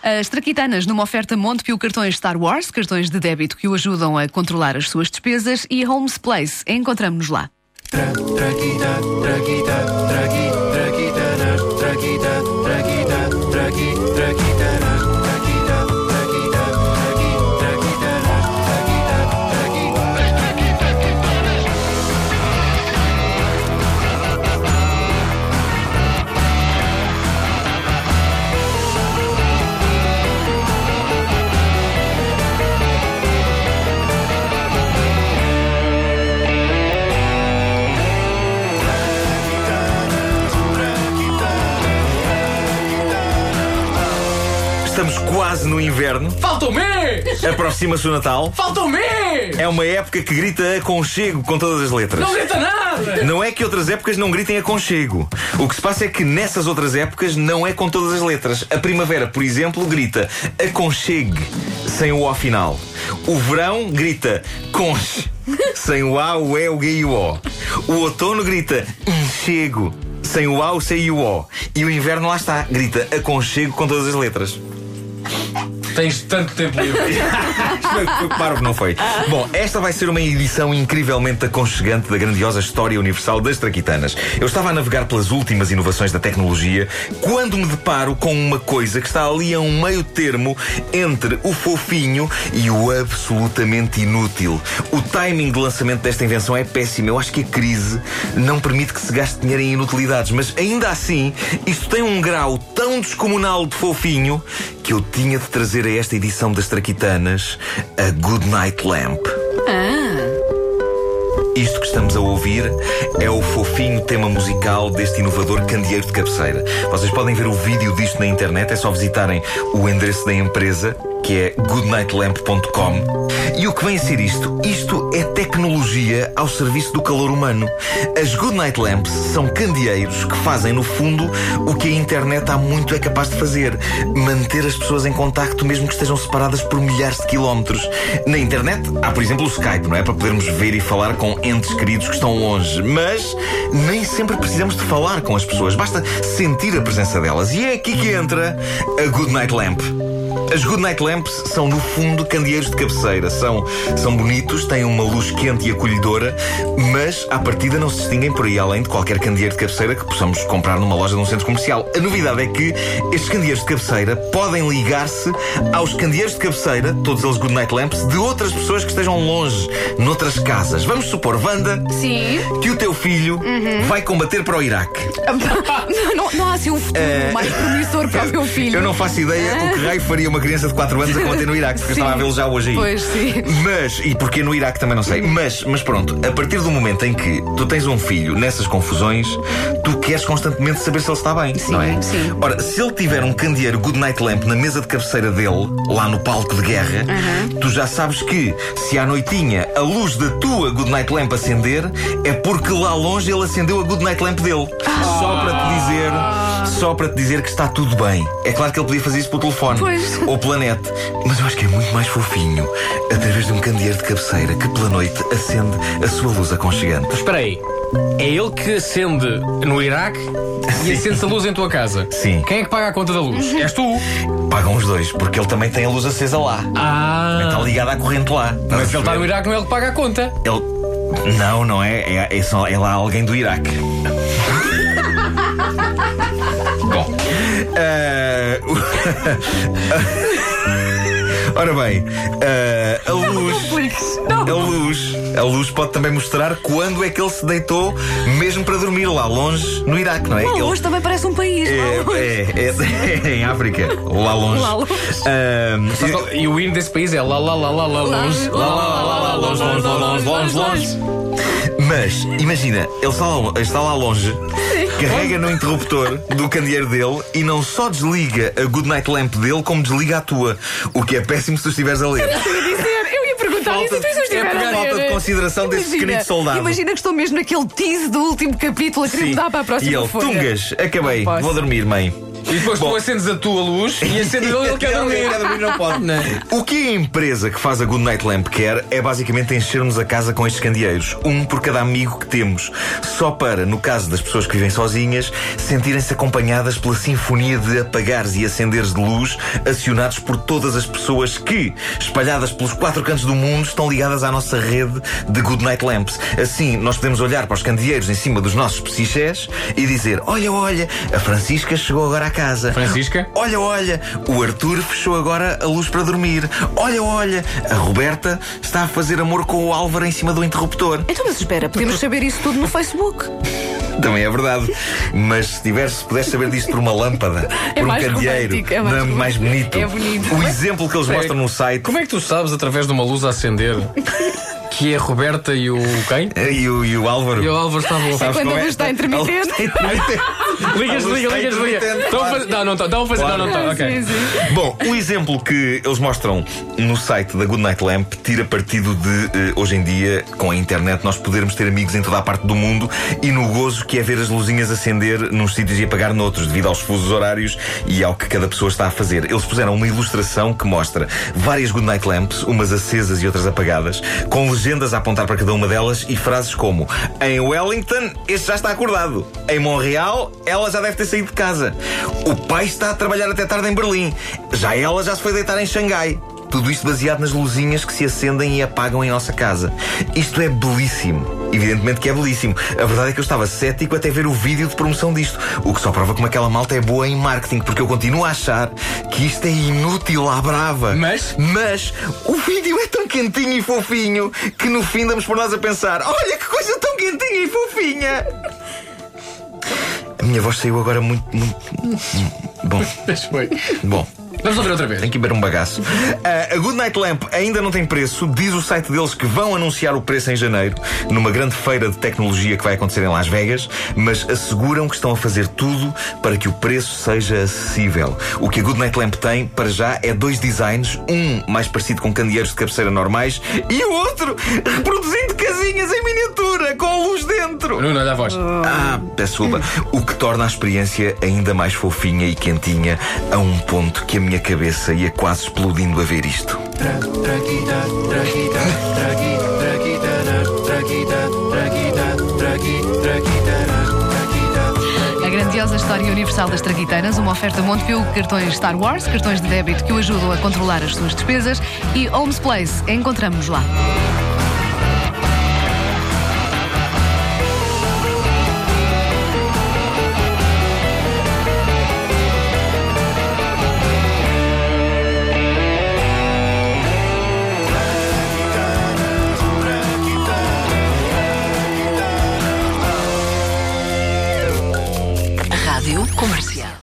As Traquitanas numa oferta Montepio cartões Star Wars, cartões de débito que o ajudam a controlar as suas despesas, e Homes Place. Encontramo-nos lá. Estamos quase no inverno. Falta um mês! Aproxima-se o Natal. Falta um mês! É uma época que grita aconchego com todas as letras. Não grita nada! Não é que outras épocas não gritem aconchego. O que se passa é que nessas outras épocas não é com todas as letras. A primavera, por exemplo, grita aconchegue, sem o O final. O verão grita conche, sem o A, o E, o G e o O. O outono grita enchego, sem o A, o C e o O. E o inverno, lá está, grita aconchego com todas as letras. Tens tanto tempo livre. Foi claro que não foi. Bom, esta vai ser uma edição incrivelmente aconchegante da grandiosa história universal das Traquitanas. Eu estava a navegar pelas últimas inovações da tecnologia quando me deparo com uma coisa que está ali a um meio termo entre o fofinho e o absolutamente inútil. O timing de lançamento desta invenção é péssimo. Eu acho que a crise não permite que se gaste dinheiro em inutilidades, mas ainda assim, isto tem um grau tão descomunal de fofinho que eu tinha de trazer a esta edição das Traquitanas a Good Night Lamp. Isto que estamos a ouvir é o fofinho tema musical deste inovador candeeiro de cabeceira. Vocês podem ver o vídeo disto na internet, é só visitarem o endereço da empresa, que é goodnightlamp.com. E o que vem a ser isto? Isto é tecnologia ao serviço do calor humano. As Good Night Lamps são candeeiros que fazem, no fundo, o que a internet há muito é capaz de fazer: manter as pessoas em contacto, mesmo que estejam separadas por milhares de quilómetros. Na internet há, por exemplo, o Skype, não é? Para podermos ver e falar com entes queridos que estão longe. Mas nem sempre precisamos de falar com as pessoas, basta sentir a presença delas. E é aqui que entra a Good Night Lamp. As Good Night Lamps são, no fundo, candeeiros de cabeceira. São bonitos, têm uma luz quente e acolhedora, mas, à partida, não se distinguem por aí além de qualquer candeeiro de cabeceira que possamos comprar numa loja de um centro comercial. A novidade é que estes candeeiros de cabeceira podem ligar-se aos candeeiros de cabeceira, todos eles Good Night Lamps, de outras pessoas que estejam longe, noutras casas. Vamos supor, Wanda, Sim. que o teu filho vai combater para o Iraque. Não há assim um futuro mais promissor para o meu filho. Eu não faço ideia o que raio faria uma criança de 4 anos a combater no Iraque, porque eu estava a vê-lo já hoje aí. Pois, sim. Mas, e porquê no Iraque também não sei, mas pronto, a partir do momento em que tu tens um filho nessas confusões, tu queres constantemente saber se ele está bem, Sim, não é? sim. Ora, se ele tiver um candeeiro Good Night Lamp na mesa de cabeceira dele, lá no palco de guerra, tu já sabes que, se à noitinha a luz da tua Good Night Lamp acender, é porque lá longe ele acendeu a Good Night Lamp dele. Só para te dizer que está tudo bem. É claro que ele podia fazer isso pelo telefone ou pela net, mas eu acho que é muito mais fofinho através de um candeeiro de cabeceira que pela noite acende a sua luz aconchegante. Mas espera aí. É ele que acende no Iraque e acende-se a luz em tua casa. Sim. Quem é que paga a conta da luz? És tu? Pagam os dois, porque ele também tem a luz acesa lá. Está ligado à corrente lá. Mas se ele está no Iraque, não é ele que paga a conta. Não é. É lá alguém do Iraque. Bom. Ora bem, a luz pode também mostrar quando é que ele se deitou, mesmo para dormir lá longe no Iraque, não é? Hoje também parece um país. É em África, lá longe. Lá longe. E o hino desse país é lá longe. Lá longe. Mas, imagina, ele está lá longe, carrega no interruptor do candeeiro dele e não só desliga a Good Night Lamp dele, como desliga a tua. O que é péssimo se tu estiveres a ler. Eu ia perguntar isso, Falta de consideração desse querido soldado. Imagina que estou mesmo naquele tease do último capítulo a querer mudar para a próxima E ele, folha. Tungas, acabei, vou dormir, mãe. E depois tu acendes a tua luz e acendes ele quer dormir. Não pode. Não. O que a empresa que faz a Good Night Lamp quer é basicamente encher-nos a casa com estes candeeiros, um por cada amigo que temos, só para, no caso das pessoas que vivem sozinhas, sentirem-se acompanhadas pela sinfonia de apagares e acenderes de luz acionados por todas as pessoas que, espalhadas pelos 4 cantos do mundo, estão ligadas à nossa rede de Good Night Lamps. Assim, nós podemos olhar para os candeeiros em cima dos nossos psichés e dizer: olha, olha, a Francisca chegou agora à casa. Francisca? Olha, olha, o Arthur fechou agora a luz para dormir. Olha, olha, a Roberta está a fazer amor com o Álvaro em cima do interruptor. Então, mas espera, podemos saber isso tudo no Facebook. Também é verdade. Mas se pudesse saber disto por uma lâmpada, por um mais candeeiro, romântico, não é mais bonito. É bonito. O exemplo que eles mostram no site. Como é que tu sabes, através de uma luz a acender, que é a Roberta e o quem? E o Álvaro. E o Álvaro estavam a Sabes Quando como a é? luz está intermitente. Ligas. Estão a fazer. Não estão a fazer. Claro. Não estão. Ok. Sim, sim. Bom, o exemplo que eles mostram no site da Good Night Lamp tira partido de, hoje em dia, com a internet, nós podermos ter amigos em toda a parte do mundo e no gozo que é ver as luzinhas acender nos sítios e apagar noutros, devido aos fusos horários e ao que cada pessoa está a fazer. Eles puseram uma ilustração que mostra várias Good Night Lamps, umas acesas e outras apagadas, com legendas a apontar para cada uma delas e frases como: em Wellington, este já está acordado. Em Montreal, ela já deve ter saído de casa. O pai está a trabalhar até tarde em Berlim. Já ela já se foi deitar em Xangai. Tudo isto baseado nas luzinhas que se acendem e apagam em nossa casa. Isto é belíssimo. Evidentemente que é belíssimo. A verdade é que eu estava cético até ver o vídeo de promoção disto. O que só prova como aquela malta é boa em marketing, porque eu continuo a achar que isto é inútil à brava. Mas o vídeo é tão quentinho e fofinho que no fim damos por nós a pensar: olha que coisa tão quentinha e fofinha. A minha voz saiu agora muito. Bom. Bom. vamos ouvir outra vez. Tem que beber um bagaço. A Good Night Lamp ainda não tem preço. Diz o site deles que vão anunciar o preço em janeiro, numa grande feira de tecnologia que vai acontecer em Las Vegas, mas asseguram que estão a fazer tudo para que o preço seja acessível. O que a Good Night Lamp tem, para já, é 2 designs. Um mais parecido com candeeiros de cabeceira normais e o outro reproduzindo casinhas em miniatura, com luz dentro. Nuno, olha a voz. Peço desculpa. O que torna a experiência ainda mais fofinha e quentinha, a um ponto que a minha cabeça ia quase explodindo a ver isto. A grandiosa história universal das traquitanas, uma oferta Montepio, cartões Star Wars, cartões de débito que o ajudam a controlar as suas despesas, e Homes Place. Encontramos lá.